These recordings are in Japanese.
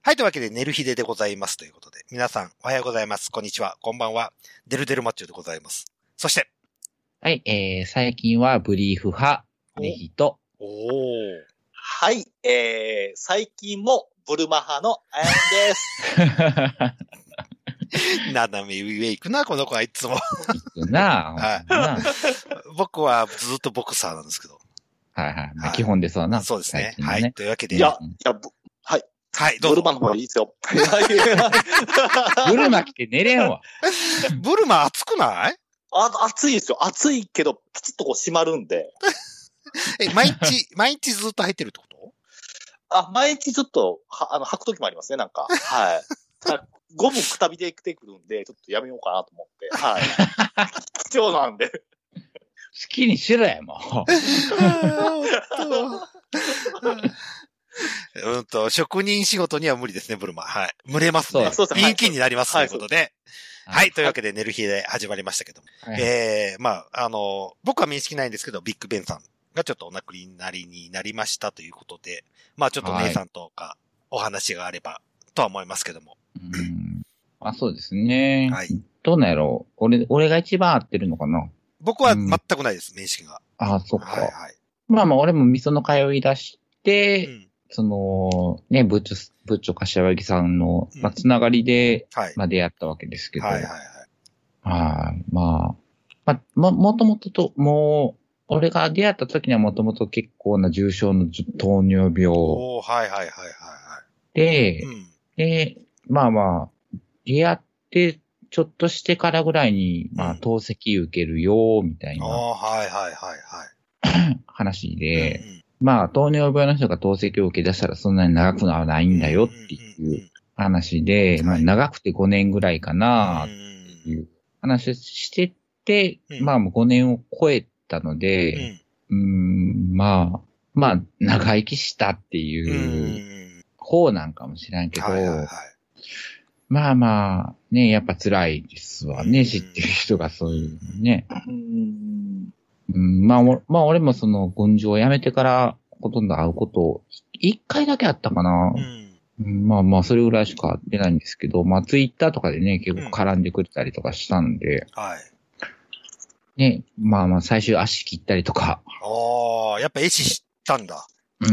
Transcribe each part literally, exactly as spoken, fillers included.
はい、というわけで、寝る日ででございますということで、皆さん、おはようございます。こんにちは。こんばんは。デルデルマッチョでございます。そして、 はい、えー、最近はブリーフ派、ネヒと、 おー。 はい、えー、最近もブルマ派のアヤンです。 斜め上行くな、この子はいつも。 行くな、 はいな。 僕はずっとボクサーなんですけど。 はいはい。まあ、基本ですわな。 そうですね。 ねはい。というわけで。 いや、いや、はい。 はい、どうぞ。 ブルマの方がいいですよ。 ブルマ来て寝れんわ。 ブルマ暑くないあ、暑いですよ。暑いけど、きちっとこう締まるんで。 え、毎日、毎日ずっと入ってるってこと？ あ、毎日ちょっと、は、あの、履くときもありますね、なんか。はい。ゴムくたびで来てくるんで、ちょっとやめようかなと思って。はい。貴重なんで。 好きにしろや、もう。うんと、職人仕事には無理ですね、ブルマ。はい。群れますね。 そうです。 陰気になりますということで。はい。はい、というわけで、寝る日で始まりましたけども。はい、えー、まあ、あの、僕は面識ないんですけど、ビッグベンさんがちょっとお亡くなりになりましたということで、まあ、ちょっと姉さんとかお話があればとは思いますけども。 うん。まあ、そうですね。 はい。 どうなんやろう。俺、俺が一番合ってるのかな。 僕は全くないです、うん、面識が。 ああ、そっか。はいはい。 まあまあ、俺も味噌の通い出して、うん、その、ね、ブッチョ、ブッチョ柏木さんの、まあ、つながりで、うん、まあ、出会ったわけですけど。はいはいはい。はい。まあ、まあ、も、もともとと、もう、俺が出会った時にはもともと結構な重症の糖尿病。 おー、はいはいはいはい。 で、うん、で、まあまあ、出会って、ちょっとしてからぐらいに、まあ、透析受けるよ、みたいな。 ああ、はいはいはいはい。 話で、うんうん、まあ、糖尿病の人が透析を受け出したらそんなに長くはないんだよっていう話で、まあ、長くてごねんぐらいかな、っていう話をしてて、まあ、もうごねんを超えたので、うん、うーん、まあ、まあ、長生きしたっていう方なんかもしれんけど、はいはいはい、まあまあ、ね、やっぱ辛いですわね、知ってる人がそういうのね。うん、まあ、まあ俺もその軍事を辞めてからほとんど会うこと一回だけあったかな、うん。まあまあそれぐらいしか会ってないんですけど、まあツイッターとかでね、結構絡んでくれたりとかしたんで、うん、はい。ね、まあまあ最終足切ったりとか。 ああ、やっぱ絵師したんだ。 うん、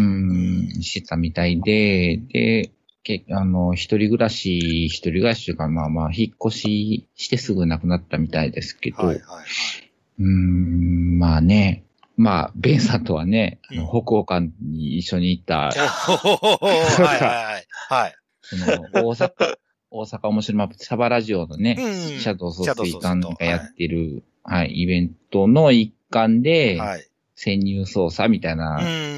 してたみたいで、で、けあの、一人暮らし、一人暮らしというか、まあまあ、引っ越ししてすぐ亡くなったみたいですけど、はいはいはい、うーん、まあね、まあ、ベンさんとはね、うん、あの北欧館に一緒に行った、 はいはいはい。はい。 その、大阪、大阪面白マップ、サバラジオのね、うん、シャドウ総帥館がやってる、はい、はい、イベントの一環で、はい、潜入捜査みたいな、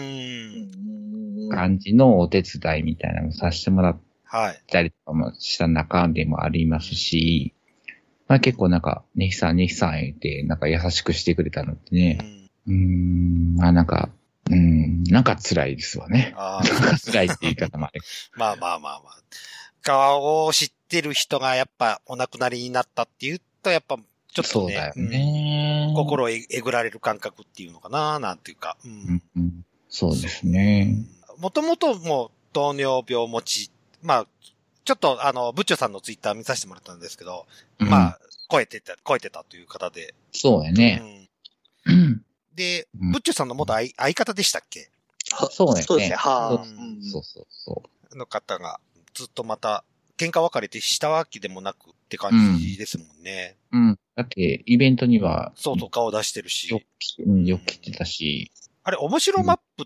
感じのお手伝いみたいなのをさせてもらったりとかもした中でもありますし、まあ結構なんか、ネヒさん、ネヒさん言って、なんか優しくしてくれたのってね、うーん、まあなんか、うーん、なんか辛いですわね。あ辛いって言い方もある。 まあまあまあまあ。顔を知ってる人がやっぱお亡くなりになったっていうと、やっぱちょっとね、 そうだよね、 うん、心をえぐられる感覚っていうのかな、なんていうか。うんうん、そうですね。 もともともう糖尿病持ち、まあ、ちょっとあの、ブッチョさんのツイッター見させてもらったんですけど、うん、まあ、超えてた、超えてたという方で。 そうやね。 うん、で、うん、ブッチョさんの元 相, 相方でしたっけ？ そうやね。 そうですね。はあ、うん。そうそうそう。 の方が、ずっとまた、喧嘩別れてしたわけでもなくって感じですもんね。 うん。うん、だって、イベントには、 そうそう、顔出してるし。 よく、うん、よく来てたし。 あれ、面白マップって、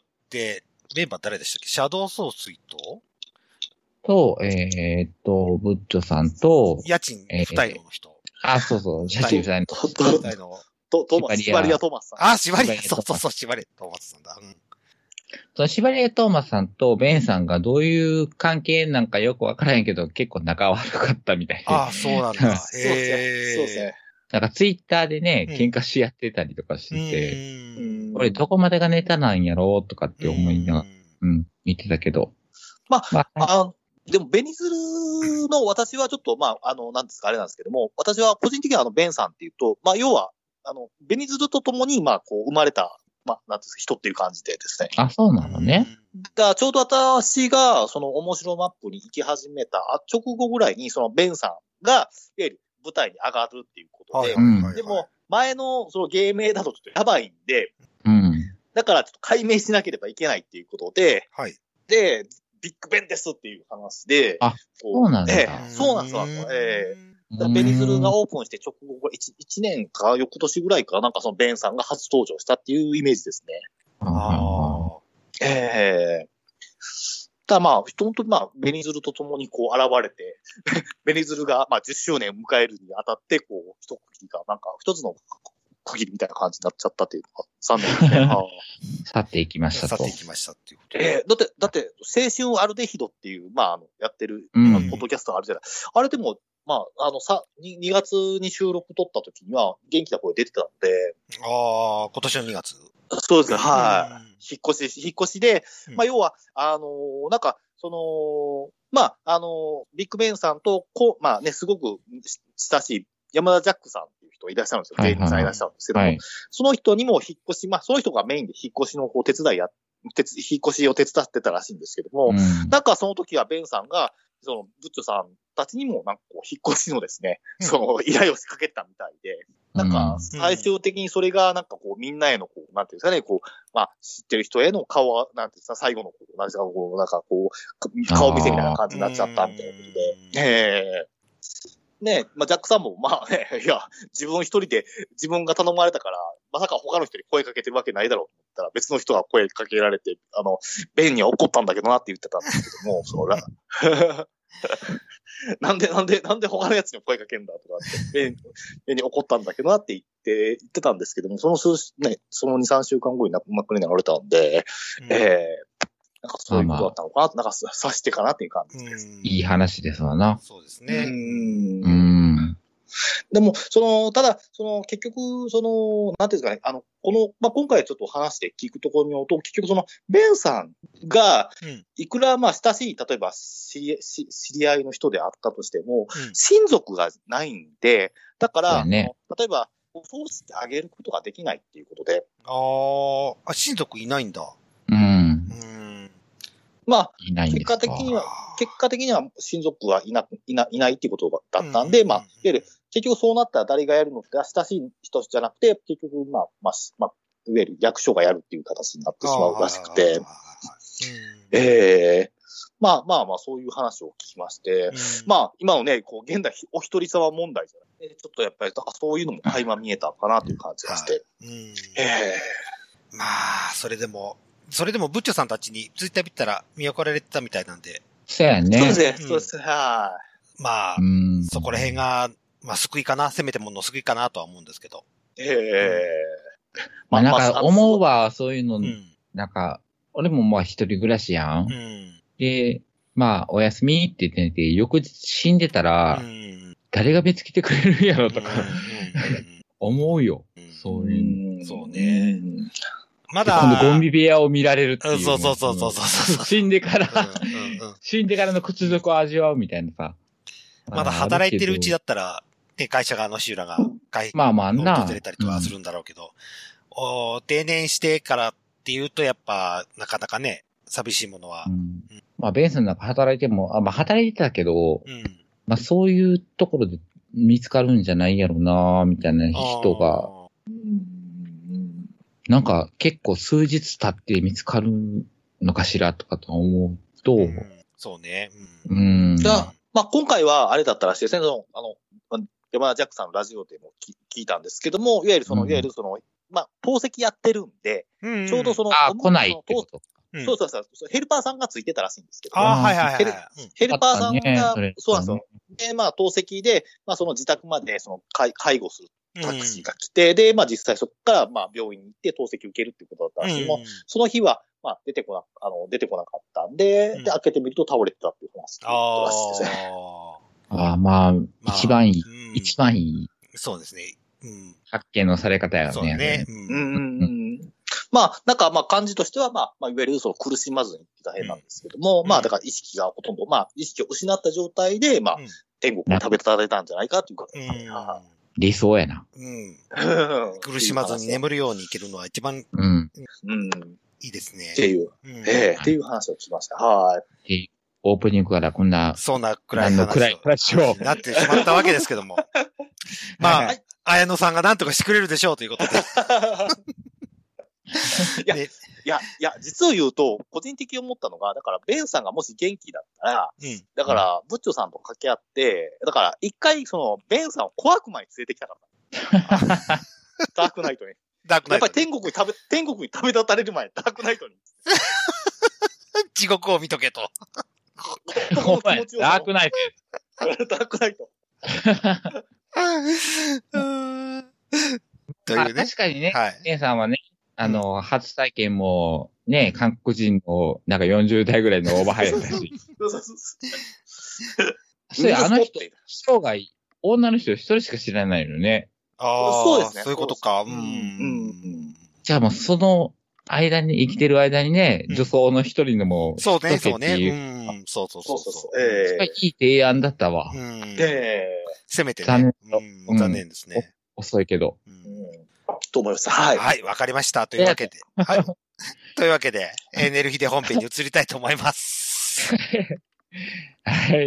メンバー誰でしたっけ？シャドウ総帥とと、えー、っと、ブッチョさんと、 家賃二人の人。 えー、あ、そうそう、家賃二人の人。 二人の。と、トーマス、シバリア・トーマスさん。 あ、シバリア、そうそうそう、シバリア・トーマスさんだ。うん。 そのシバリア・トーマスさんとベンさんがどういう関係なんかよくわからへんけど、結構仲悪かったみたいで。 ああ、そうなんだ。へえ。そうですね。 なんかツイッターでね、喧嘩し合ってたりとかしてて、うん、これどこまでがネタなんやろうとかって思いながら、うん、うん、見てたけど。 まあ、まあ、あでもベニズルの私はちょっと、まあ、あの、なんですか、あれなんですけども、私は個人的にはあの、ベンさんっていうと、まあ、要は、あの、ベニズルと共に、まあ、こう、生まれたまあ、なんていうんですか、人っていう感じでですね。 あ、そうなのね。 だからちょうど私が、その面白マップに行き始めた直後ぐらいに、そのベンさんが、いわゆる舞台に上がるっていうことで、でも、前のその芸名だとちょっとやばいんで、 うん。 だからちょっと解明しなければいけないっていうことで、 はい。 で、ビッグベンですっていう話で、 あ、そうなんだ。 ええ、そうなんですよ。ええ、ベニズルがオープンして直後、いち、一年か翌年ぐらいか、なんかそのベンさんが初登場したっていうイメージですね。 ああ。 ええー。ただまあ、本当にまあ、ベニズルと共にこう現れて、ベニズルがまあじゅっしゅうねんを迎えるにあたって、こう、一区切りが、なんか一つの区切りみたいな感じになっちゃったっていうのが残念ですね。 去っていきましたと。 去っていきましたっていうこと。 ええー、だって、だって、青春アルデヒドっていう、まあ、あの、やってる、今、ポッドキャストあるじゃない。うん、あれでも、まあ、あの、さ、にがつに収録撮った時には、元気な声出てたんで。 ああ、今年のにがつ。 そうですね、はい。引っ越し、引っ越しで、まあ、要は、あのー、なんか、その、まあ、あのー、ビッグベンさんと、こう、まあね、すごく親しい山田ジャックさんっていう人がいらっしゃるんですよ。芸人さんいらっしゃるんですけども、はい、その人にも引っ越し、まあ、その人がメインで引っ越しのこう手伝いや、手引っ越しを手伝ってたらしいんですけども、うん、なんかその時はベンさんが、その、ブッチョさんたちにも、なんかこう、引っ越しのですね、うん、その、依頼を仕掛けたみたいで、なんか、最終的にそれが、なんかこう、みんなへの、こう、なんていうんですかね、こう、まあ、知ってる人への顔は、なんていうんですか、最後の、こう、なんですか、こう、なんかこう、顔見せみたいな感じになっちゃったみたいなことで、ええー、ね、まあ、ジャックさんも、まあね、いや、自分一人で、自分が頼まれたから、まさか他の人に声かけてるわけないだろうと思ったら、別の人が声かけられて、あの、ベンには怒ったんだけどなって言ってたんですけども、その、なんで、なんで、なんで他のやつに声かけんだとかって、ベン、ベンに怒ったんだけどなって言って、言ってたんですけども、その数、ね、そのに、さんしゅうかんごに亡くなられたんで、うん、ええー、なんかそういうことだったのかな、まあ、なんか察してかなっていう感じです。 いい話ですわな。 そうですね。 うん。うんでも、その、ただ、その、結局、その、なんていうんですかね、あの、この、まあ、今回ちょっと話して聞くところによると、結局その、ベンさんが、いくら、まあ、親しい、例えば知り、知り合いの人であったとしても、うん、親族がないんで、だから、ね、例えば、お葬式あげることができないっていうことで。 ああ、親族いないんだ。 うん。 うんまあ、結果的には、結果的には親族はいな、いな、いないっていうことだったんで、うん、まあ、いわゆる、結局そうなったら誰がやるのって親しい人じゃなくて、結局、まあ、まあ、まあ、いわゆる役所がやるっていう形になってしまうらしくて、ええー、まあまあまあ、そういう話を聞きまして、うん、まあ、今のね、こう、現代お一人様問題じゃない、ちょっとやっぱり、そういうのも垣間見えたかなという感じがして、うん、ええー、まあ、それでも、それでも、ブッチョさんたちにツイッター見たら見送られてたみたいなんで。 そうやね。 そうですね。そうですね。はい。 まあ、そこら辺が、まあ、救いかな、せめてもの救いかなとは思うんですけど。 ええー。まあ、なんか、思うわ、そういうの、うん、なんか、俺もまあ一人暮らしやん。うん、で、まあ、おやすみって言ってて、翌日死んでたら、うん、誰が別来てくれるやろとか、うんうんうん、思うよ。そういう。 そうね。まだ。 今度ゴミ部屋を見られるっていう。 そうそうそうそうそう。 死んでから、うんうん、死んでからの屈辱を味わうみたいなさ。 まだ働いてるうちだったら、ね、会社側の修羅が会、 まあまあな。 訪れたりとかするんだろうけど、うん、定年してからっていうとやっぱ、なかなかね、寂しいものは。うんうん、 まあ、ベンスの中働いても、あまあ働いてたけど、うん、まあそういうところで見つかるんじゃないやろなみたいな人が、なんか結構数日経って見つかるのかしらとかと思うと、うん、 そうね。 うん。うん、じゃあ、まあ今回はあれだったらしいですね。あの、山田ジャックさんのラジオでも聞いたんですけども、いわゆるその、うん、いわゆるその、まあ、透析やってるんで、うん、ちょうどその、 あ、来ないってこと。 うん、そうそうそう、ヘルパーさんがついてたらしいんですけど。 ああ、はいはいはい、はいヘ。ヘルパーさんが、ね、そうなんですよ。で、まあ、透析で、まあ、その自宅まで、その、介護するタクシーが来て、うん、で、まあ、実際そこから、まあ、病院に行って透析受けるっていうことだったらしいの、うん、その日は、まあ、出てこな、あの、出てこなかったんで、うん、で、開けてみると倒れてたっていう話らしいですね。 ああ、まあ、一番いい、まあ、一番いい。 そうですね。うん。 発見のされ方やね。 そうね。 うん。うん、まあ、なんか、まあ、感じとしては、まあ、まあ、いわゆるその苦しまずにって大変なんですけども、うん、まあ、だから意識がほとんど、まあ、意識を失った状態で、まあ、うん、天国を食べたれたんじゃないかということですね。 理想やな。 うん。苦しまずに眠るようにいけるのは一番、 うん。 うん。 いいですね。 っていう。うん、ええー、っていう話をしました。はい。 オープニングからこんな、 そんな暗い話を。 暗い話を。 なってしまったわけですけども。まあ、はい、綾野さんが何とかしてくれるでしょうということで。 いや、ね、いや、いや、実を言うと、個人的に思ったのが、だから、ベンさんがもし元気だったら、うん、だから、ブッチョさんと掛け合って、だから、一回、その、ベンさんを小悪魔に連れてきたかった。ダークナイトに。 ダークナイト。 やっぱり天国に食べ、天国に食べ立たれる前にダークナイトに。 地獄を見とけと。 お前、ダークナイト。ダークナイト。 というね。 確かにね、はい。姉さんはね、あの、うん、初体験も、ね、韓国人の、なんかよんじゅう代ぐらいのオーバーハイだったし。そうそうそう。それ、あの人、生涯、女の人一人しか知らないのね。 ああ、そうですね。そういうことか。うん。 うん。 じゃあもう、その間に、生きてる間にね、うん、女装の一人のも、 そうね、そうね。うん。そうそうそうそう。 ええー。いい提案だったわ。 うん。ええー。せめてね。 残念。うん。残念ですね。 遅いけど。 うん。と思います。はい。 はい、わかりました。というわけで。はい。というわけで、えー、寝る日で本編に移りたいと思います。 はい。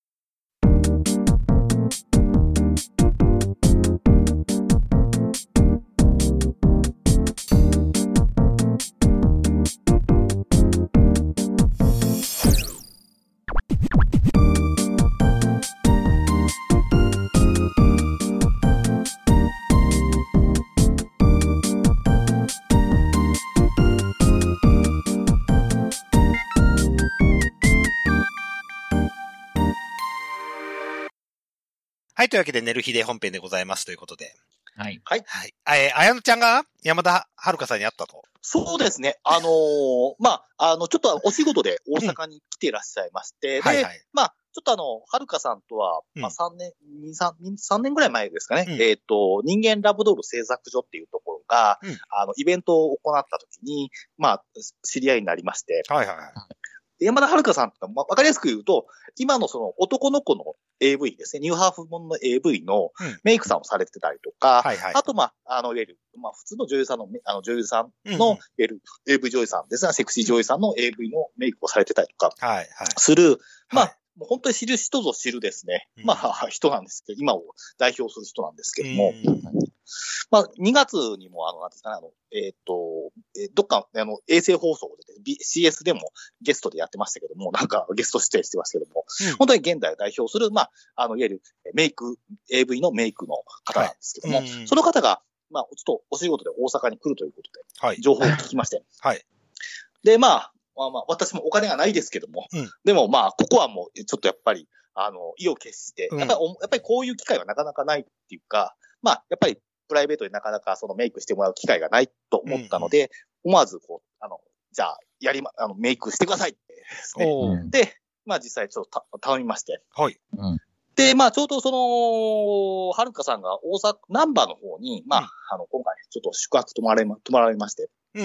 はい。というわけで、寝る日で本編でございますということで。 はい。 はい。 はい。えー、あやのちゃんが山田遥さんに会ったと。 そうですね。あのー、まあ、あの、ちょっとお仕事で大阪に来ていらっしゃいまして、うん、で、はいはい、まあ、ちょっとあの、遥さんとは、まあ、さんねん、に、さん、さんねんぐらい前ですかね。うん、えっ、ー、と、人間ラブドール製作所っていうところが、うん、あの、イベントを行った時に、まあ、知り合いになりまして。 はいはいはい。 山田遥さんとか、まあ、わかりやすく言うと、今のその男の子の エーブイ ですね、ニューハーフものの エーブイ のメイクさんをされてたりとか、うんはいはい、あと、まあ、あの、いわゆる、まあ、普通の女優さんの、あの、女優さんの、うんうん、いわゆる エーブイ 女優さんですが、セクシー女優さんの エーブイ のメイクをされてたりとか、 はいはい。 する、まあ、はいもう本当に知る人ぞ知るですね。うん、まあ、人なんですけど、今を代表する人なんですけども。まあ、にがつにも、あの、なんですかね、あの、えっ、ー、と、えー、どっか、あの、衛星放送で、ね、シーエス でもゲストでやってましたけども、なんかゲスト出演してますけども、うん、本当に現代を代表する、まあ、あの、いわゆるメイク、エーブイ のメイクの方なんですけども、はいうん、その方が、まあ、ちょっとお仕事で大阪に来るということで、はい、情報を聞きまして。 はい。 で、まあ、まあまあ、私もお金がないですけども、うん、でもまあ、ここはもう、ちょっとやっぱり、あの、意を決して、やっぱり、うん、やっぱりこういう機会はなかなかないっていうか、まあ、やっぱりプライベートでなかなかそのメイクしてもらう機会がないと思ったので、うんうん、思わずこう、あの、じゃあ、やりま、あの、メイクしてくださいってですね。で、まあ実際ちょっと頼みまして。 はい。 うん、 で、まあちょうどその、はるかさんが大阪、ナンバーの方に、まあ、うん、あの、今回ちょっと宿泊泊まれま、泊まられまして。 うん。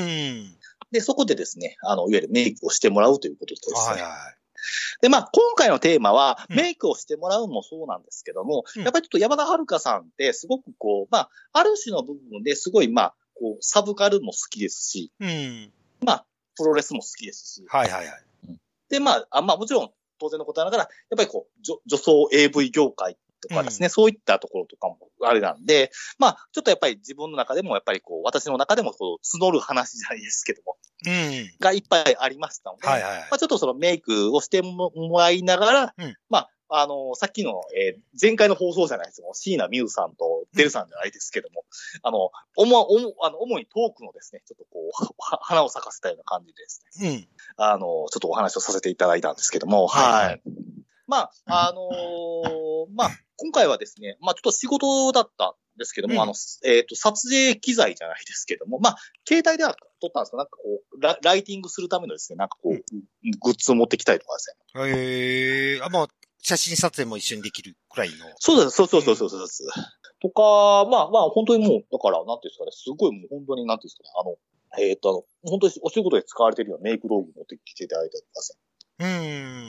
で、そこでですね、あの、いわゆるメイクをしてもらうということですね。 はいはい。 で、まあ、今回のテーマは、メイクをしてもらうのもそうなんですけども、うん、やっぱりちょっと山田遥さんってすごくこう、まあ、ある種の部分ですごい、まあ、こう、サブカルも好きですし、 うん、 まあ、プロレスも好きですし。 はいはいはい。 で、まあ、あまあ、もちろん当然のことながら、やっぱりこう、女、女装 エーブイ 業界とかですね、うん、そういったところとかもあれなんで、まあ、ちょっとやっぱり自分の中でも、やっぱりこう、私の中でもこう、募る話じゃないですけども、 うん、 がいっぱいありましたので、 はいはいはい、 まあ、ちょっとそのメイクをしてもらいながら、うん、まあ、あの、さっきの、えー、前回の放送じゃないですけども、椎名美宇さんとデルさんじゃないですけども、うん、あの、おも、おも、あの、主にトークのですね、ちょっとこう、花を咲かせたような感じでですね、うん、 あの、ちょっとお話をさせていただいたんですけども、はい。はい、まあ、あのー、まあ、今回はですね、まあ、ちょっと仕事だったんですけども、うん、あの、えっと、撮影機材じゃないですけども、まあ、携帯では撮ったんですけど、なんかこうラ、ライティングするためのですね、なんかこう、うん、グッズを持ってきたりとかですね。へえー、あ、まあ、写真撮影も一緒にできるくらいの。 そうです、そうそうそうそうそう、うん、とか、まあまあ、本当にもう、だから、なんていうんですかね、すごいもう本当に、なんていうんですかね、あの、えっと、あの、本当にお仕事で使われているようなメイク道具持ってきていただいたりとかですね。 うーん。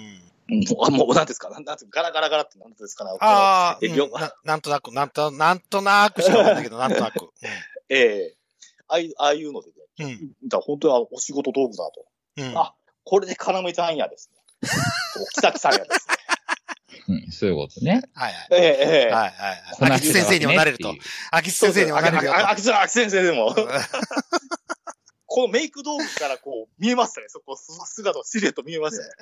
もう、もう、なんですかなんなんですかガラガラガラってなんですかねああ、うん、な、なんとなく、なんと、なんとなくしかわかんないけど、なんとなく。うん、 ええー、ああいう、ああいうのでね。うん。だ本当にお仕事道具だと。うん。あ、これでカナメちゃんやですね。キサキさんやですね。 うん、そういうことね。 はいはい。 ええええ。 はいはい。秋津先生にもなれると。秋津先生にもなれるよと。 秋津先生でも。このメイク道具からこう、見えましたね。そこ、姿のシルエット見えましたね。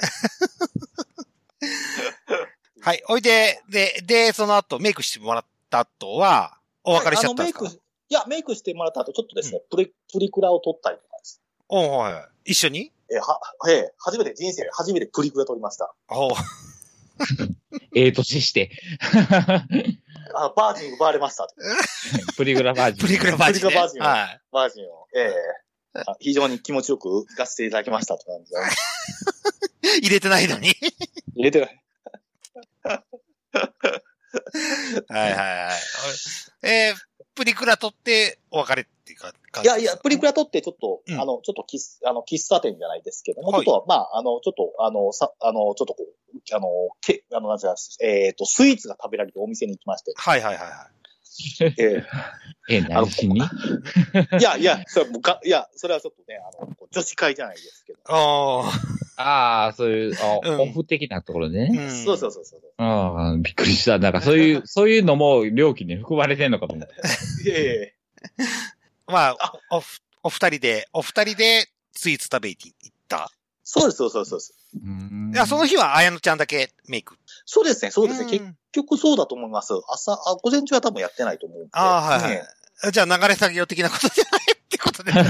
はい。おいで、で、で、その後、メイクしてもらった後は、お別れしちゃったんですか、はい、あのメイク、 いや、メイクしてもらった後、ちょっとですね、うん、プリ、プリクラを撮ったりとかです。 おはい。一緒にえー、は、えー、初めて、人生で初めてプリクラ撮りました。 おええ年して。 あ、バージン奪われました。 プリクラバージン。 プリクラバージン、ね。 プリクラバージンを。 はい。 バージンを。ええー、非常に気持ちよく行かせていただきましたとか、ね。 入れてないのに入れてない。 はいはいはい。えー、プリクラ撮ってお別れっていうか、 いやいや、プリクラ撮ってちょっと、うん、あの、ちょっと喫、あの、喫茶店じゃないですけども、はい、ちょっと、まあ、あの、ちょっと、あの、さ、あの、ちょっとこう、あの、け、あの、なんていうか、えっ、ー、と、スイーツが食べられるお店に行きまして。 はいはいはいはい。 えええ、何しにいやいや、それもか、いや、それはちょっとね、あの、女子会じゃないですけど。 ああ。ああ、そういう、あ、うん、オフ的なところでね。 うん、そうそうそうそう。 ああ、びっくりした。なんかそういう、そういうのも料金に含まれてんのかと思った。 いやいやいや。 まあ、あお、お二人で、お二人でスイーツ食べに行ったそうです、そうです、そうです。 いや、その日は綾乃ちゃんだけメイクそうですね、そうですね。結局そうだと思います。朝、あ、午前中は多分やってないと思うんで。 ああ、はい、はいね。じゃあ流れ作業的なことじゃないってことで。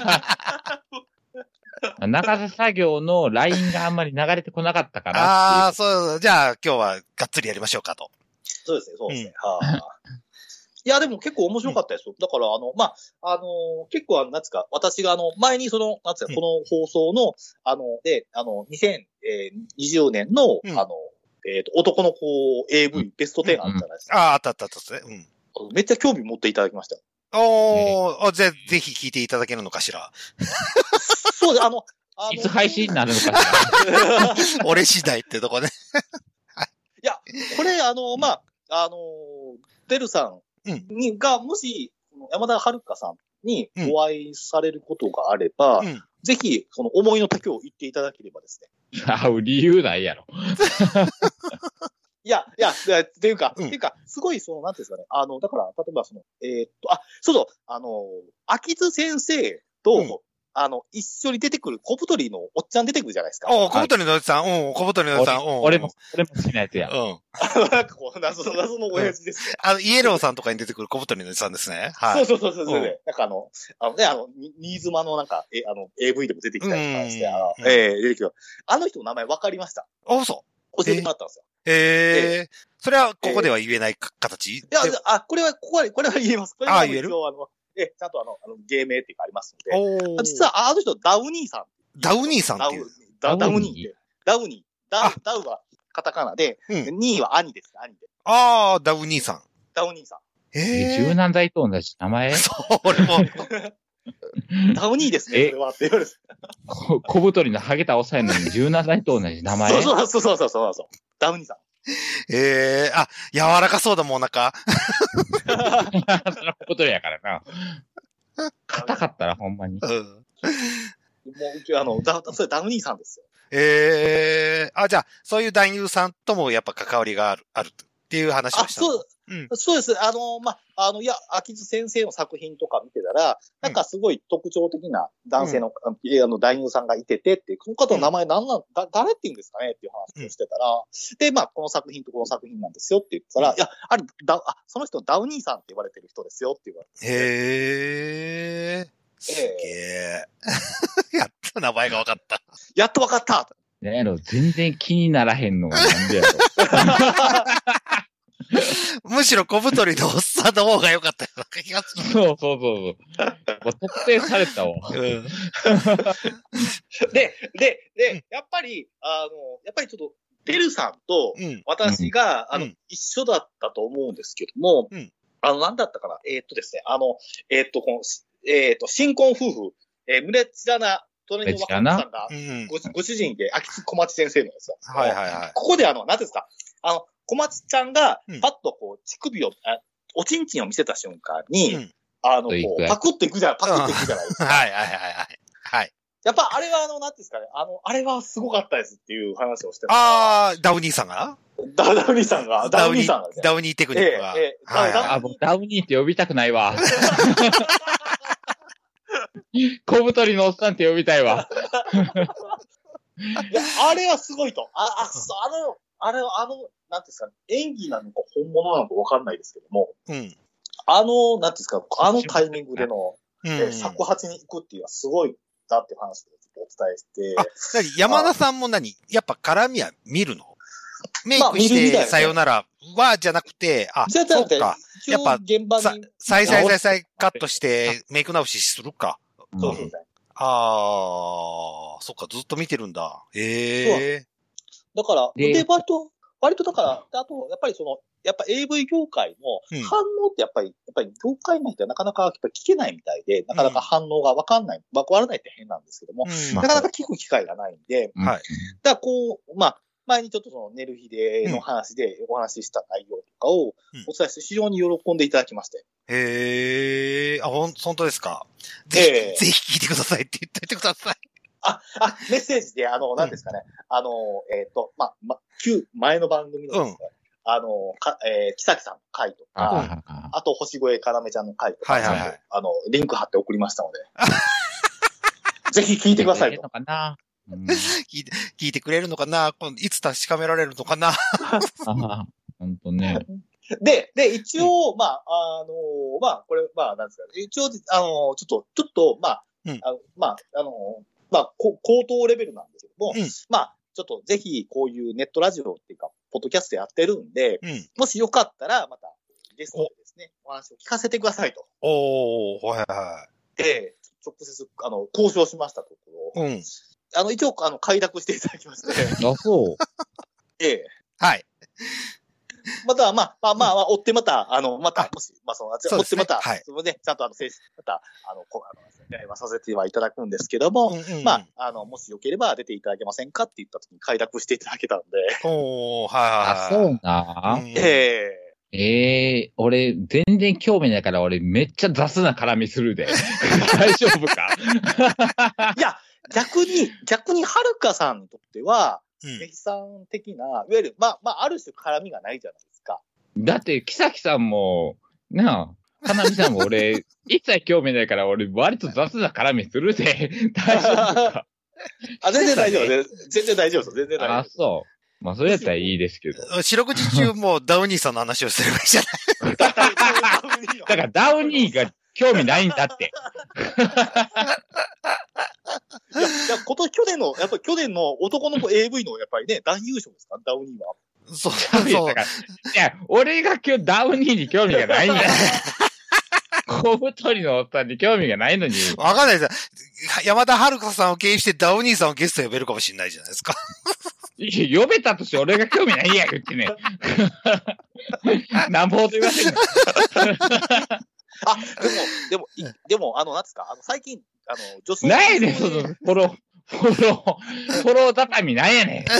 流れ作業のラインがあんまり流れてこなかったからああ、そう。じゃあ今日はがっつりやりましょうかと。 そうですね、そうですね。うん、はあいや、でも結構面白かったですよ。うん、だから、あの、まあ、あのー、結構、あの、なんつか、私が、あの、前にその、なんつか、この放送の、あの、で、あの、にせんにじゅうねんの、うん、あの、えっ、ー、と、男の子 エーブイ、うん、ベストテンあったじゃないですか。 ああ、あったあったあったですね。 うん。めっちゃ興味持っていただきました。 おー、じゃあ、ぜひ聞いていただけるのかしら。 そうです、あの、あのいつ配信になるのかしら。俺次第ってとこね。 いや、これ、あの、まあ、あの、デルさん、に、うん、が、もし、山田遥さんにお会いされることがあれば、うん、ぜひ、その思いの丈を言っていただければですね。 会う理由ないやろ。 いや、いや、っていうか、うん、っていうか、すごい、その、なんていうんですかね。あの、だから、例えば、その、えー、っと、あ、そうそう、あの、秋津先生と、うん、あの、一緒に出てくる小太りのおっちゃん出てくるじゃないですか。 お小太りのおっさん、うん、小太りのおっさん、 俺も、俺も好きなやつや。 うん。 なんかこう、謎の、謎の親父ですよ。 あの、イエローさんとかに出てくる小太りのおっさんですね。 はい。そうそうそうそう。うん、なんかあの、あのね、あの、新妻のなんか、え、あの、エーブイ でも出てきたりとかして、あの、ええー、出てきた。あの人の名前分かりました。 あ、そう。 教えてもらったんですよ。 えー、えー、それはここでは言えない形、 いや、あ、これは、ここは、これは言えます。これはあ、言えるあのえ、ちゃんとあの、あの、芸名っていうかありますので。実は、あの人、ダウニーさん。 ダウニーさんっていう。 ダウダウニーって。ダウニー。ダウ、ダウはカタカナで、うん、ニーは兄です。兄で。 ああ、ダウニーさん。 ダウニーさん。 えー、柔軟剤と同じ名前そう、俺も。 ダウニーですね、それは。って言われる。 小太りのハゲたおさえのに柔軟剤と同じ名前そうそうそうそうそうそう。ダウニーさん。 ええー、あ、柔らかそうだもん、お腹。 そのことやからな。硬かったらほんまに。うん。もう、 うちあの、だ、それダウニーさんですよ。 ええー、あ、じゃあ、そういう男優さんともやっぱ関わりがある、あるっていう話をした。 あ、そう、うん、そうです。あの、ま、あの、いや、秋津先生の作品とか見てたら、なんかすごい特徴的な男性の、うん、あの、男優さんがいててって、この方の名前何なん、だ、誰って言うんですかねっていう話をしてたら、うん、で、まあ、この作品とこの作品なんですよって言ったら、うん、いや、あれ、だ、あ、その人ダウニーさんって言われてる人ですよって言われて。 へー。すげえ。やっと名前が分かった。 やっと分かったねやろ、全然気にならへんのがなんでやろ。 むしろ小太りのおっさんの方が良かったような気がする。 そうそうそうそう。特定されたわ。うん、 で、で、で、やっぱり、あの、やっぱりちょっと、デルさんと私が、うん、あの、うん、一緒だったと思うんですけども、うん、あの、なんだったかなえー、っとですね、あの、えー、っと、この、えー、っと、新婚夫婦、えー、ムレチラナ隣の若松さんがご、ご主人で、秋津小町先生のやつだ。 はいはいはい。 ここであの、何ですか、あの、小町ちゃんが、パッとこう、乳首を、あおちんちんを見せた瞬間に、うん、あの、こう、パクっていくじゃない、パクっていくじゃないですか。 はいはいはいはい。はい。 やっぱあれはあの、なんですかね、あの、あれはすごかったですっていう話をしてます。ああ、ダウニーさんがダ、ダウニーさんが、ダウニーさんが、ね。 ダウニーテクニックが。ええ、ええ、 はいはい、あ、もうダウニーって呼びたくないわ。小太りのおっさんって呼びたいわ。 いや、あれはすごいと。あ、あ、あの、あれは、あの、なんていうんですか、演技なのか本物なのかわかんないですけども、うん、あの、なんていうんですか、あのタイミングでの、うんえー、尺八に行くっていうのはすごいだっていう話をお伝えして。 あ、何山田さんも何やっぱ絡みは見るのメイクして、さよならは、じゃなくて、あ、 じゃそうか。やっぱ、 現場にさいさいさいさいカットして、メイク直しするか。 そうそうそう。 ああ、そっか、ずっと見てるんだ。ええー。だから、で、割と、割とだから、あと、やっぱりその、やっぱ エーブイ 業界の反応ってやっぱり、うん、やっぱり業界の人はなかなかやっぱ聞けないみたいで、なかなか反応がわかんない、わからないって変なんですけども、うん、なかなか聞く機会がないんで、 うん、はい。 だからこう、まあ、前にちょっとその寝る日での話でお話しした内容とかをお伝えして非常に喜んでいただきまして。 うん、へえ、あ、ほん、本当ですか。ぜひ、えー、ぜひ聞いてくださいって言っといてください。 あ、あ、メッセージで、あの、何ですかね。うん、あの、えっ、ー、と、ま、ま、旧前の番組のですね、うん、あの、か、えー、木崎さんの回とか、あ, あと、星越かなめちゃんの回とか、 はいはいはい、 あの、リンク貼って送りましたので。ぜひ聞いてくださいと。 のかなうん、聞いて、聞いてくれるのかないつ確かめられるのかなあ本当ね。 で、で、一応、うん、まあ、あの、まあ、これ、まあ、なんですかね。一応、あの、ちょっと、ちょっと、まあ、うん、あのまあ、あの、まあ、高等レベルなんですけども、うん、まあ、ちょっとぜひ、こういうネットラジオっていうか、ポッドキャストやってるんで、うん、もしよかったら、また、ゲストでですね、お話を聞かせてくださいと。 おー、はいはい。 で、直接、あの、交渉しましたところ、うん。あの、一応、あの、快諾していただきまして。 あ、そう。 ええ。 はい。 また、まあ、まあ、まあ、追ってまた、あの、また、もし、まあ、その、追ってまた、 はい。 そのね、ちゃんと、あの、正式、また、あの、こあの、電話させてはいただくんですけども、うんうんうん、まあ、あの、もしよければ出ていただけませんかって言った時に快諾していただけたんで。 おー、はいはい。 あ、そうな。 ええー。 ええー、俺、全然興味ないから、俺、めっちゃ雑な絡みするで。大丈夫かいや、逆に、逆に、はるかさんにとっては、ネヒさん的な、いわゆる、まあ、まあ、ある種絡みがないじゃないですか。 だって、木崎さんも、なあ、かなみさんも俺、一切興味ないから、俺、割と雑な絡みするで。大丈夫かあ、全然大丈夫です。全然大丈夫です。全然大丈夫です。 あ、そう。まあ、それやったらいいですけど。 四六時中もうダウニーさんの話をすればいいじゃない。 だからダウニーが興味ないんだって。 いや、いや、こと、去年の、やっぱり去年の男の子 エーブイ のやっぱりね、男優賞ですかダウニーは。 そうそうそう。 いや、俺が今日ダウニーに興味がないんだ。小太りのおっさんに興味がないのに。 わかんないです。山田遥さんを経由してダウニーさんをゲスト呼べるかもしれないじゃないですか。 いや、呼べたとして俺が興味ないやん、言ってね。なんぼほど言わせるの。 あ、でも、でも、でも、あの、なんですか、あの、最近、あの、女装。 ないね、その、フォロー、フォロー、フォロー畳なんやねん。い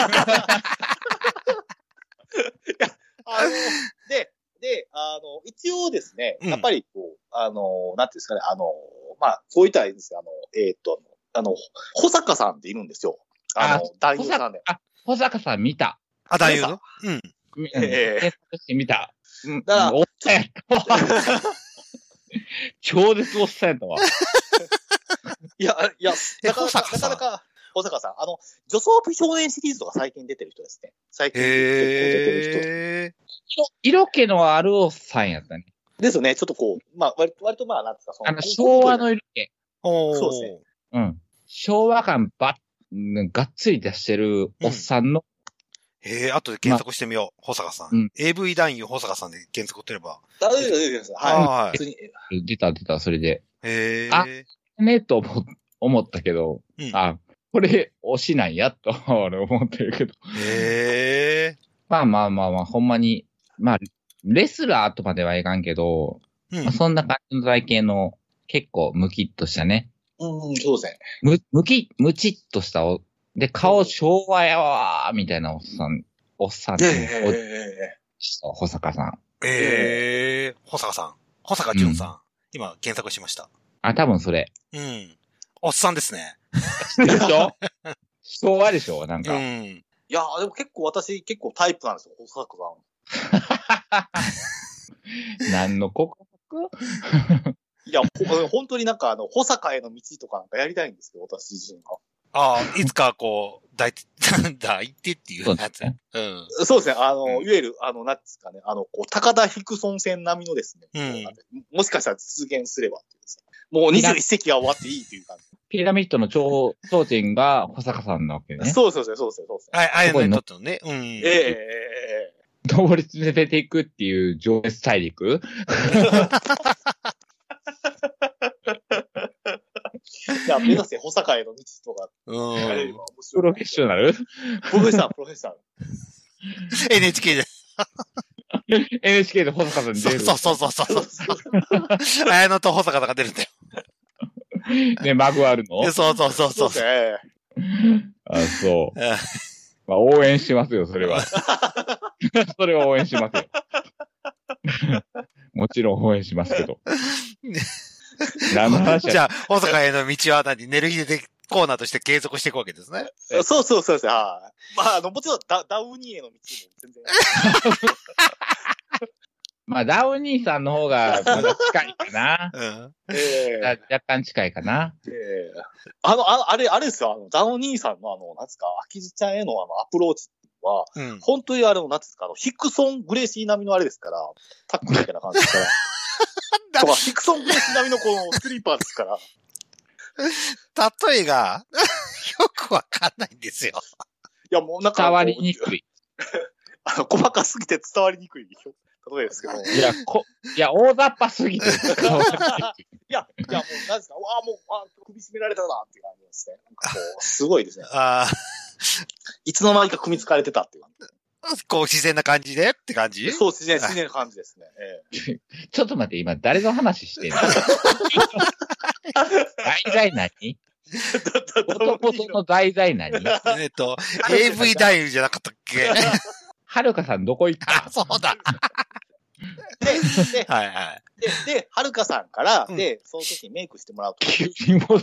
や、あの、で、で、あの、一応ですね、やっぱり、こう、あの、なんていうんですかね、あの、まあ、こういったらいいんですよ、あの、えっと、あの、保坂さんっているんですよ。あの、男優さんで。 あ、保坂さん見た。 あ、男優のうん。 ええ。見た。 うん。だから、 おっさんやったわ。超絶おっさんやったわ。 いや、いや、なかなか、なかなか、保坂さん、あの、女装美少年シリーズとか最近出てる人ですね。最近結構出てる人。色気のあるおっさんやったね。 ですよね。ちょっとこう、まあ、割と、割とまあ、なんですか、その。 あの、昭和の色気。 そうですね。 うん。昭和感ばっ、がっつり出してるおっさんの。 うん、へえ、後で検索してみよう。保坂さん。うん、エーブイ 男優保坂さんで検索取れば。 大丈夫です。 はい。 普通に。出た出た、それで。 へえ。 あ、ね、と思思ったけど、うん、あ、これ、推しなんや、と、俺思ってるけど。 へえ。 まあまあまあまあ、ほんまに、まあ、レスラーとまではいかんけど、うんまあ、そんな感じの体型の、結構ムキッとしたね、 うん、そうですね。 む、むき、むちっとしたお、で、顔昭和やわー、みたいなおっさん、おっさんえね、おえ保坂さん。 ええー、保坂さん。保坂淳さん。うん、今、検索しました。 あ、多分それ。 うん。おっさんですね。 でしょ昭和でしょなんか。うん。 いやー、でも結構私、結構タイプなんですよ、保坂さん。何の告白いや、ほ、本当になんかあの、保坂への道とかなんかやりたいんですけど、私自身が。 ああ、いつかこう、抱いて、抱いてっていうやつ。 ね、 うん。 そうですね。あの、うん、いわゆる、あの、なんですかね、あの、こう、高田ヒクソン線並みのですね、うん、もしかしたら実現すればっていうですね、もうにじゅういっ世紀が終わっていいっていう感じ。 ピラミッドの頂、頂点が保坂さんなわけね。 そうそうそうそうそうそう。 あ、あやのにとってのね。うん。 ええええ。登り連れていくっていう上越大陸いや、目指せ保坂への道とか。 うん。 プロフェッショナルプロフェッショナル、プロフェッショナル。 エヌエイチケー で。 エヌエイチケー で保坂さん出る。 そうそうそうそうそう。綾野と保坂が出るんだよ。 ね、マグあるのそうそうそうそう。そうあ、そう。まあ、応援しますよ、それは。それは応援しますよ。もちろん応援しますけど。 何の話じゃあ、保坂への道は何、寝る日でコーナーとして継続していくわけですね。 そうそうそうです。はい。まあ、あの、もちろんダ、ダウニーへの道も全然。 まあ、ダウニーさんの方がまだ近いかな。 うん。 ええー、若干近いかな。 ええー、あの、あの、あれ、あれですよ、あの、ダウニーさんのあの、なんつか、秋津ちゃんへのあの、アプローチは、うん、本当にあれの、なんつか、あの、ヒクソン・グレーシー並みのあれですから、タックみたいな感じですから。とか、ヒクソン・グレーシー並みのこのスリーパーですから。 例えが、よくわかんないんですよ。 いや、もうなんか。 伝わりにくい。 あの、細かすぎて伝わりにくい例えですけど。 いや、こ、いや、大雑把すぎて伝わりにくい。 いや、いや、もう、なんですか、わあ、もう、あ首絞められたな、っていう感じですね。なんかこう、すごいですね。ああ。いつの間にか組みつかれてたっていう感じ。こう、自然な感じでって感じ？ そう、自然、自然な感じですね。ええ、ちょっと待って、今、誰の話してんの題材何男の題材何えっと、エーブイ 男優じゃなかったっけはるかさんどこ行ったあ、そうだ。 で、で、 はいはい。 で、で、はるかさんから、うん、で、その時にメイクしてもらうと。 急に戻す。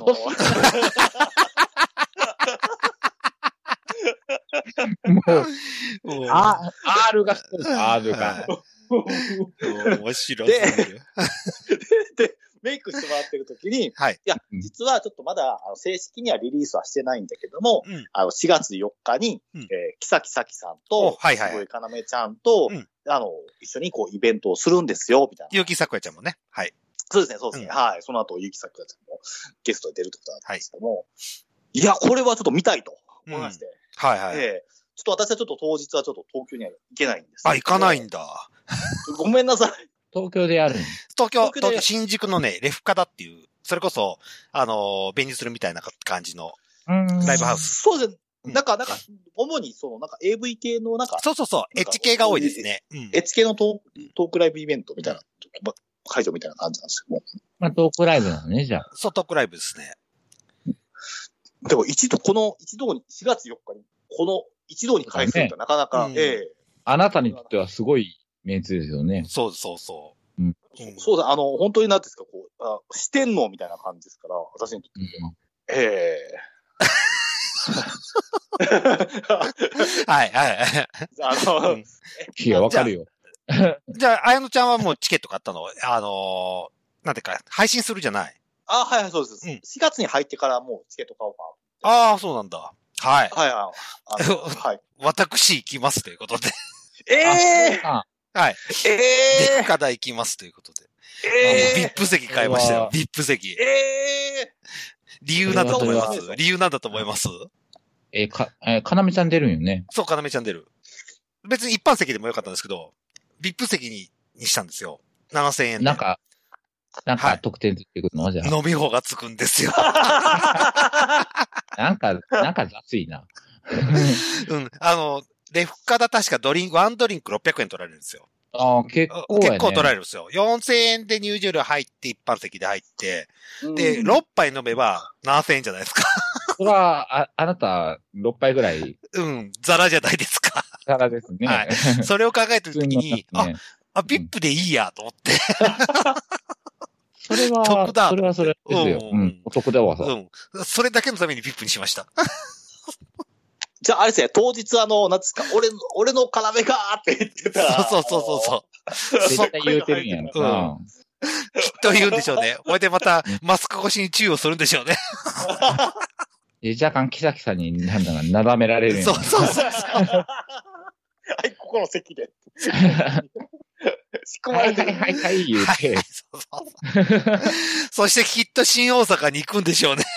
もう、もうあ、R がそうです、R が。 面白い。 で、で、メイクしてもらってる時に、はい。いや、実はちょっとまだ、あの正式にはリリースはしてないんだけども、うん、あの、しがつよっかに、うん、えー、木崎咲さんと、 はいはい、 すごいかなめちゃんと、うん、あの、一緒にこう、イベントをするんですよ、みたいな。 ゆうきさくやちゃんもね。はい。 そうですね、そうですね。うん、はい。その後、ゆうきさくやちゃんもゲストで出るってことなんですけども、はい、いや、これはちょっと見たいと思いまして。 うん、はいはい。 えー、ちょっと私はちょっと当日はちょっと東京には行けないんです。 あ、行かないんだ。 ごめんなさい。 東京でやる東京、東京、新宿のね、レフカダっていう、それこそ、あのー、便利するみたいな感じの、ライブハウス。 そうですね。なんか、なんか、主に、その、なんか エーブイ 系の、なんか。 そうそうそう、エッジ系が多いですね。 うん、エッジ系のトーク、トークライブイベントみたいな、うん、会場みたいな感じなんですけども。 まあ、トークライブなのね、じゃあ。 そう、トークライブですね。 でも、一度、この、一度に、しがつよっかに、この、一度に開催ってなかなか、ね、ええー。 あなたにとってはすごいメンツですよね。 そうそうそう。 うん。 そうだ、あの、本当になんですか、こう、あ四天王みたいな感じですから、私にとって。うん、ええー。はい、はい。 あの、うん、 いや、わかるよ。 じゃあ、あやのちゃんはもうチケット買ったのあのー、なんていうか、配信するじゃない。 あ、はい、はい、そうです。うん、しがつに入ってからもうチケット買おうかな。ああ、そうなんだ。はい。 はい、はい。はい。 私行きますということで。 ええー、 はい。 ええー。 で、課題行きますということで。 ええー。 ビップ席買いましたよ。ビップ席。 ええー。 理由なんだと思います理由なんだと思いますえー、か、えー、かなめちゃん出るんよね。 そう、かなめちゃん出る。別に一般席でもよかったんですけど、ビップ席に、にしたんですよ。ななせんえんで。 なんか、なんか特典ついてくるの、はい、じゃあ。 飲み放がつくんですよ。 なんか、なんか雑いな。 うん。あの、レフカダ確かドリンク、ワンドリンクろっぴゃくえん取られるんですよ。 ああ、結構やね。 結構取られるんですよ。よんせんえんで入場料入って一般席で入って、で、ろっぱい飲めばななせんえんじゃないですか。 それは、あ、あなた、ろっぱいぐらい。 うん、ザラじゃないですか。 ザラですね。 はい。それを考えてるときに、ね、あ、あ、ビップでいいやと思って。 それは、得だ。それはそれですよ。うん。お得だわ、 そう。うん。それだけのためにビップにしました。 じゃあ、あれですね、当日あの、なんですか、俺、俺の要がーって言ってた。 そうそうそうそう。 絶対言うてるんやんか。 うん。きっと言うんでしょうね。これでまた、マスク越しに注意をするんでしょうね。 若干、木崎さんに、なんだか、なだめられるんやん。 そうそうそう。はい、ここの席で。仕込まれてる。 はいはいはいはい言うて。はい、そうそうそうそしてきっと新大阪に行くんでしょうね。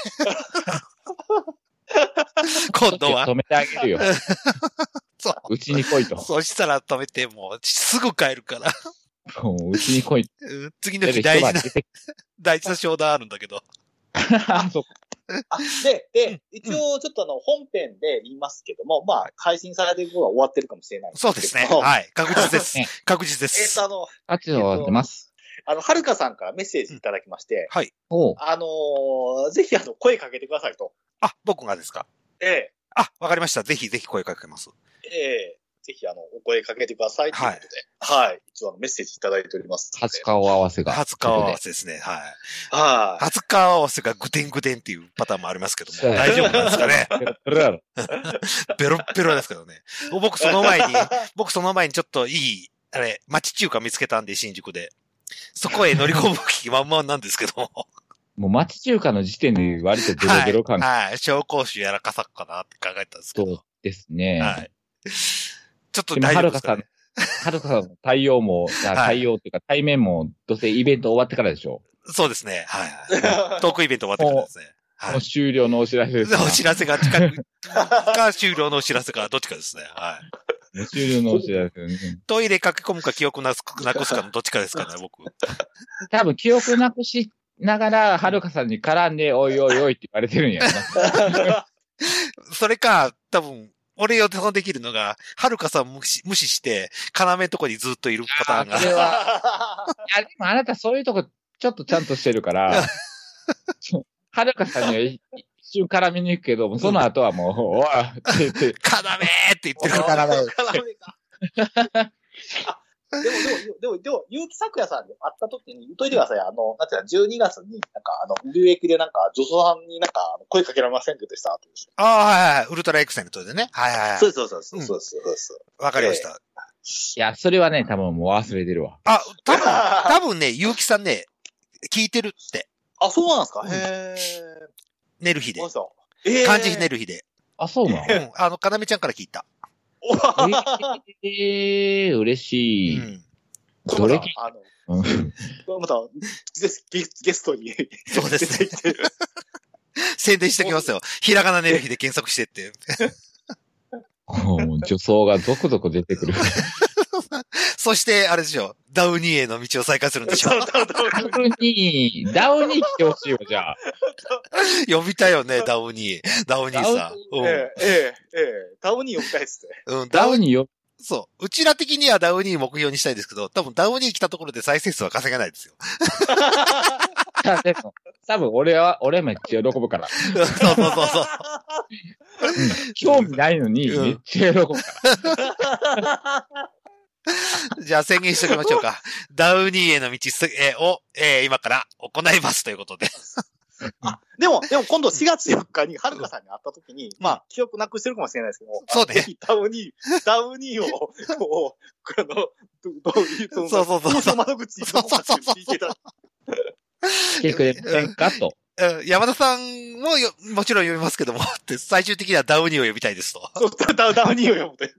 今度は。 止めてあげるよ。そう。うちに来いと。 そしたら止めて、もうすぐ帰るから。 もううちに来い。 次の日大事な、大事な商談あるんだけど。 そうあで、で、一応ちょっとあの、本編で言いますけども、まあ、配信されてる頃は終わってるかもしれないんですけど。 そうですね。はい。確実です。確実です。 えっと、あの、 あっちで終わってます。 あの、はるかさんからメッセージいただきまして、 はい。 あのー、ぜひあの、声かけてくださいと。 あ、僕がですか？ええ。あ、わかりました。ぜひぜひ声かけます。 ええ。ぜひあの、お声かけてくださいということで。はい。はい。一応あの、メッセージいただいております。 初顔合わせが。 初顔合わせですね。はい。 はい。 初顔合わせがグテングテンっていうパターンもありますけども、大丈夫なんですかね。ベロッベロですけどね。僕その前に、僕その前にちょっといい、あれ、町中華見つけたんで、新宿で。そこへ乗り込む気満々なんですけども。 もう町中華の時点で割とベロベロ感が。はい。はい。紹興酒やらかさっかなって考えたんですけど。 そうですね。 はい。ちょっと大丈夫ですかね。 はるかさん、はるかさんの対応も、対応っていうか対面も、どうせイベント終わってからでしょ？ そうですね。はい。トークイベント終わってからですね。 はい。もう終了のお知らせです。 お知らせが近く、か終了のお知らせか、どっちかですね。はい。 もう終了のお知らせ、ね。 トイレ駆け込むか記憶なくすかのどっちかですかね、僕。 多分記憶なくしながら、はるかさんに絡んで、おいおいおいって言われてるんやな。 それか、多分、俺予想できるのが、はるかさん無視、無視して、要のとこにずっといるパターンが。 それは。いや、でもあなたそういうとこ、ちょっとちゃんとしてるから、はるかさんには一瞬絡みに行くけど、その後はもう、おわって言って。 要って言ってる。 要か。でも、でも、でも、でも、結城咲也さんに会った時に言っといてください。あの、なんていうの、じゅうにがつに、なんか、あの、流液でなんか、女装さんになんか、声かけられませんって言ってた後ですよ。 ああ、はいはい。ウルトラエクセントでね。はいはいはい。 そうそうそう。そうそうそう。 わかりました。 いや、それはね、多分もう忘れてるわ。 あ、多分、多分ね、結城さんね、聞いてるって。 あ、そうなんですか？へー。 寝る日で。 えー、 漢字寝る日で。 あ、そうなの？ うん。あの、かなめちゃんから聞いた。 ええー、嬉しい。うん。どれあの、うん、またゲス、ゲストに。 そうですね。宣伝しておきますよ。ひらがな寝る日で検索してって。 もう女装がゾクゾク出てくる。 そして、あれでしょ。ダウニーへの道を再開するんでしょ。ダウニー、ダウニー来てほしいよ、じゃあ。 呼びたいよね、ダウニー。ダウニーさん。 ええ、ええ、ええ、ダウニー呼びたいっすね。 うん、ダウニー呼そう。うちら的にはダウニー目標にしたいですけど、多分ダウニー来たところで再生数は稼げないですよ。 でも、多分俺は、俺めっちゃ喜ぶから。 そうそうそうそう、 うん。興味ないのに、めっちゃ喜ぶから。 うん、じゃあ宣言しておきましょうか。ダウニーへの道を、えー、今から行いますということで。 あ、でも、でも今度しがつよっかにはるかさんに会った時に、うん、まあ、記憶なくしてるかもしれないですけど、 そうね。 ダウニー、ダウニーを、こう、あの、どういう、 そうそうそう。 その窓口にそうそうそうそう。 来てくれませんかと。 うん、山田さんもよ、もちろん読みますけども、って最終的にはダウニーを呼びたいですと。 そうダ、ダウニーを読むと。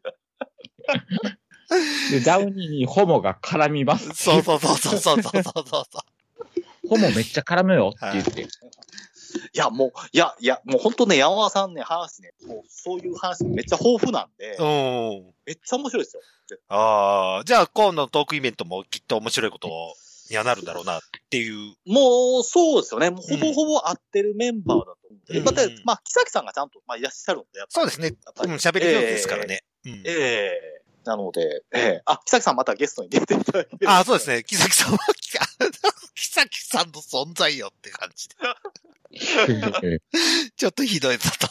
で、ダウニーにホモが絡みます。 そうそうそうそうそうそうそうそう。 ホモめっちゃ絡むよって言って。 はい、いや、もう、いや、いや、もう本当ね、山田さんね、話ね、もうそういう話めっちゃ豊富なんで、 うん。 めっちゃ面白いですよ。 ああ、じゃあ今度のトークイベントもきっと面白いことにはなるんだろうなっていう。 もう、そうですよね。もうほぼほぼ合ってるメンバーだと思う。うん、また、まあ、木崎さんがちゃんと、まあ、いらっしゃるんで、やっぱそうですね。うん、喋り上手ですからね。 ええーうん、ええーなので、ええー、あ、木崎さんまたゲストに出ていただける。 あ、そうですね。木崎さんは、木崎さんの存在よって感じで。ちょっとひどいぞと。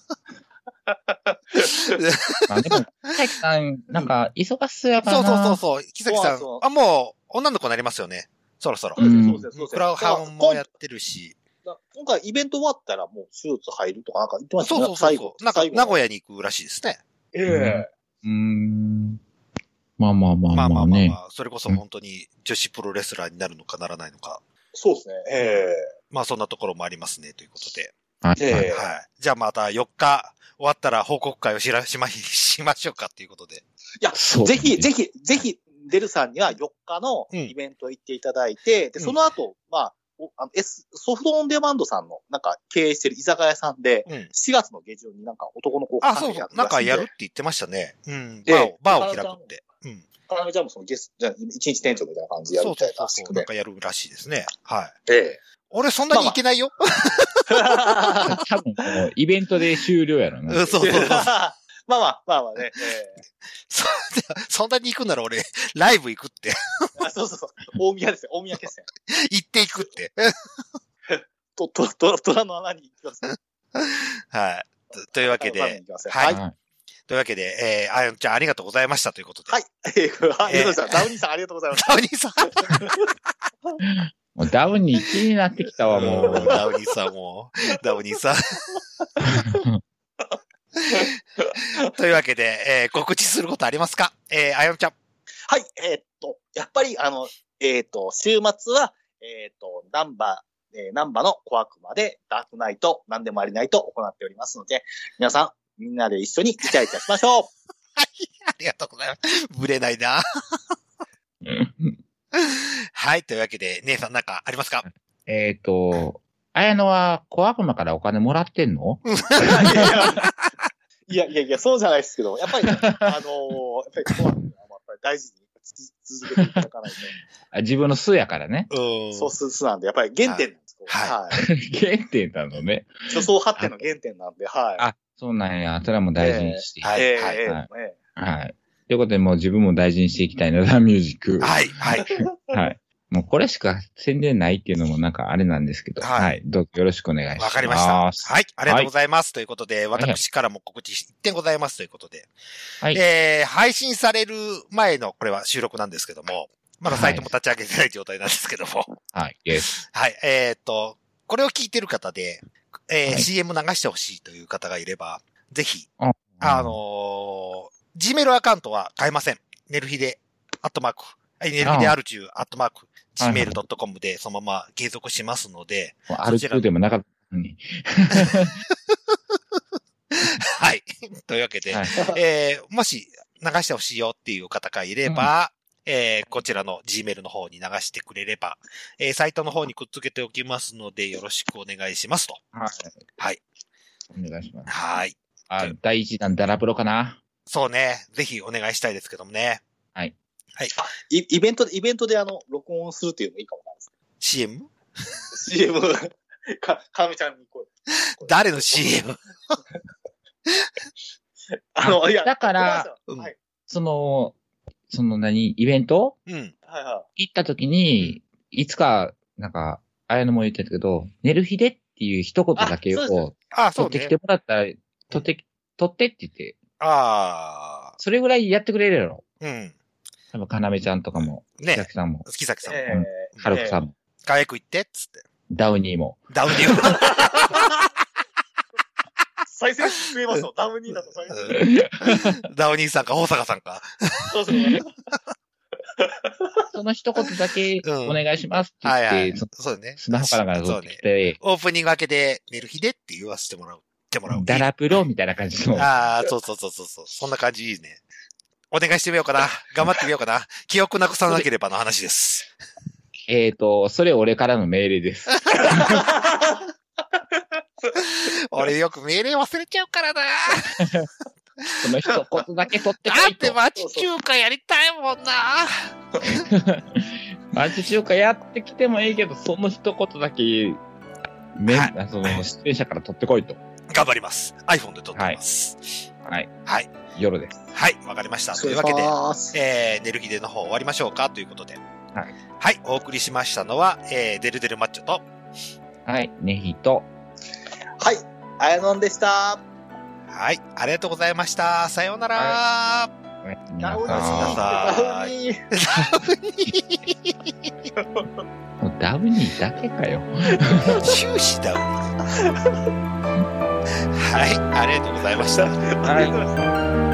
あでも、木崎さん、なんか、忙しそうやからな。 そうそうそうそう。木崎さん、あ、もう、女の子になりますよね。そろそろ。 そうです、そうです。 クラウハンもやってるし。 今回イベント終わったらもう手術入るとかなんか言ってましたね。そうそうそう。なんか、名古屋に行くらしいですね。 ええー。うーん。まあまあまあまあ、ね。まあまあまあまあ、 それこそ本当に女子プロレスラーになるのかならないのか。 そうですね。ええー。まあそんなところもありますね、ということで。 はい。はい。 じゃあまたよっか終わったら報告会をしらしま、しましょうかということで。 いや、ぜひ、ぜひ、ぜひ、デルさんにはよっかのイベント行っていただいて、うん、で、その後、まあ、あの S、ソフトオンデマンドさんの、なんか、経営してる居酒屋さんで、うん、しがつの下旬になんか男の子が。あ、そうそう。なんかやるって言ってましたね。うん。バーを、バーを開くって。うん。 カナメちゃんもそのゲスト、じゃあ、一日店長みたいな感じでやるみたいな。 そうそうそう。なんかやるらしいですね。はい。 ええ。 俺そんなにいけないよ。 まあまあ、多分、イベントで終了やろな。 そうそうそう。 まあまあ、まあまあね。えー、 そ, そんなに行くなら俺、ライブ行くって。 あそうそうそう。大宮ですよ、大宮決戦。 行っていくって。 と、と、と、虎の穴に行きます。 はい。というわけで、はい。はい、というわけで、えー、あやんちゃんありがとうございましたということで。 はい。えー、ありがとうございます。ダウニーさんありがとうございました。 ダウニーさん。 もうダウニー気になってきたわ、もう。 ダウニーさんも、ダウニーさん。というわけで、えー、告知することありますか？えー、あやんちゃん。 はい、えー、っと、やっぱり、あの、えー、っと、週末は、えー、っと、ナンバー、えー、ナンバーの小悪魔で、ダークナイト、なんでもありナイトを行っておりますので、皆さん、みんなで一緒にイチャイチャしましょう。 はい、ありがとうございます。ぶれないな。はい、というわけで、姉さんなんかありますか？ えっと、綾野は小悪魔からお金もらってんの？ いやいやいや、そうじゃないですけど、やっぱり、あのー、やっぱり小悪魔はやっぱり大事に続けていただかないと。 自分の巣やからね。 うん。そう、巣なんで、やっぱり原点なんです。 はい。 はい、原点なのね。 女装発展の原点なんで、はい。 あ、そうなんや。それはもう大事にして。 はい。 えー、 はい。 えー、 はい。はい。ということで、もう自分も大事にしていきたいのだ、ミュージック。 はい。はい。 はい。もうこれしか宣伝ないっていうのもなんかあれなんですけど。はい。はい、どうぞよろしくお願いします。 わかりました。はい。ありがとうございます。はい、ということで、私からも告知いってんございますということで。はい。えー、配信される前の、これは収録なんですけども、まだサイトも立ち上げてない状態なんですけども。 はい。です。 はい。えっと、これを聞いてる方で、えーはい、シーエム 流してほしいという方がいれば、ぜひ、あ、あのー、Gmail アカウントは変えません。ネルヒデ、アットマーク。はい、ネルヒデアルチュー、アットマーク。ジーメールドットコム でそのまま継続しますので。 アルチューでもなかったのに。 はい。というわけで、はい、えー、もし流してほしいよっていう方がいれば、うん、えー、こちらの Gmail の方に流してくれれば、えー、サイトの方にくっつけておきますので、よろしくお願いしますと。 はい。 はい。 お願いします。 はい。 あ、第一弾ダラプロかな？ そうね。ぜひお願いしたいですけどもね。 はい。 はい。 イ, イベントで、イベントであの、録音するっていうのもいいかもしれないですね。 シーエム？ シーエム か、かなめちゃんに声。 誰の シーエム？ あの、いや。 だから、はい、その、その何、イベント？ うん。はいはい。 行った時に、いつか、なんか、あやのも言ってたけど、寝る日でっていう一言だけを、 あ、そう取ってきてもらったら、取って、取ってって言って。 ああ。 それぐらいやってくれるやろ。 うん。 多分、かなめちゃんとかも、 ね。 木崎さんも。 木崎さんも。 えー、はるくさんも。 かわいく言って、つって。 ダウニーも。 ダウニーも。 再生数増えますよ。ダウニーだと再生。 ダウニーさんか、大阪さんか。 そうそう。 その一言だけお願いしますって言って、うんはいはい、 そうね。 スマホから撮ってきて、ね、 オープニング明けで寝る日でって言わせてもらう。ってもらう。 ダラプロみたいな感じの。 ああ、そうそうそうそう。そんな感じいいね。お願いしてみようかな。頑張ってみようかな。記憶なくさなければの話です。 えっと、それ俺からの命令です。 俺よく命令忘れちゃうからな。 その一言だけ取ってこいと。 だって町中華やりたいもんな。 町中華やってきてもいいけど、その一言だけ、め、はい、その出演者から取ってこいと。 頑張ります。iPhone で撮ってます。 はい。 はい。 夜です。 はい、わかりました。というわけで、えー、寝る日での方終わりましょうかということで。はい。はい、お送りしましたのは、えー、デルデルマッチョと、 はい、ネヒと、 はい、あやのんでした。 はい、ありがとうございました。さようなら。はい、 ダウニー。ダウニー。 もうダウニーだけかよ。 終始ダウニー。はい、ありがとうございました。 ありがとうございました。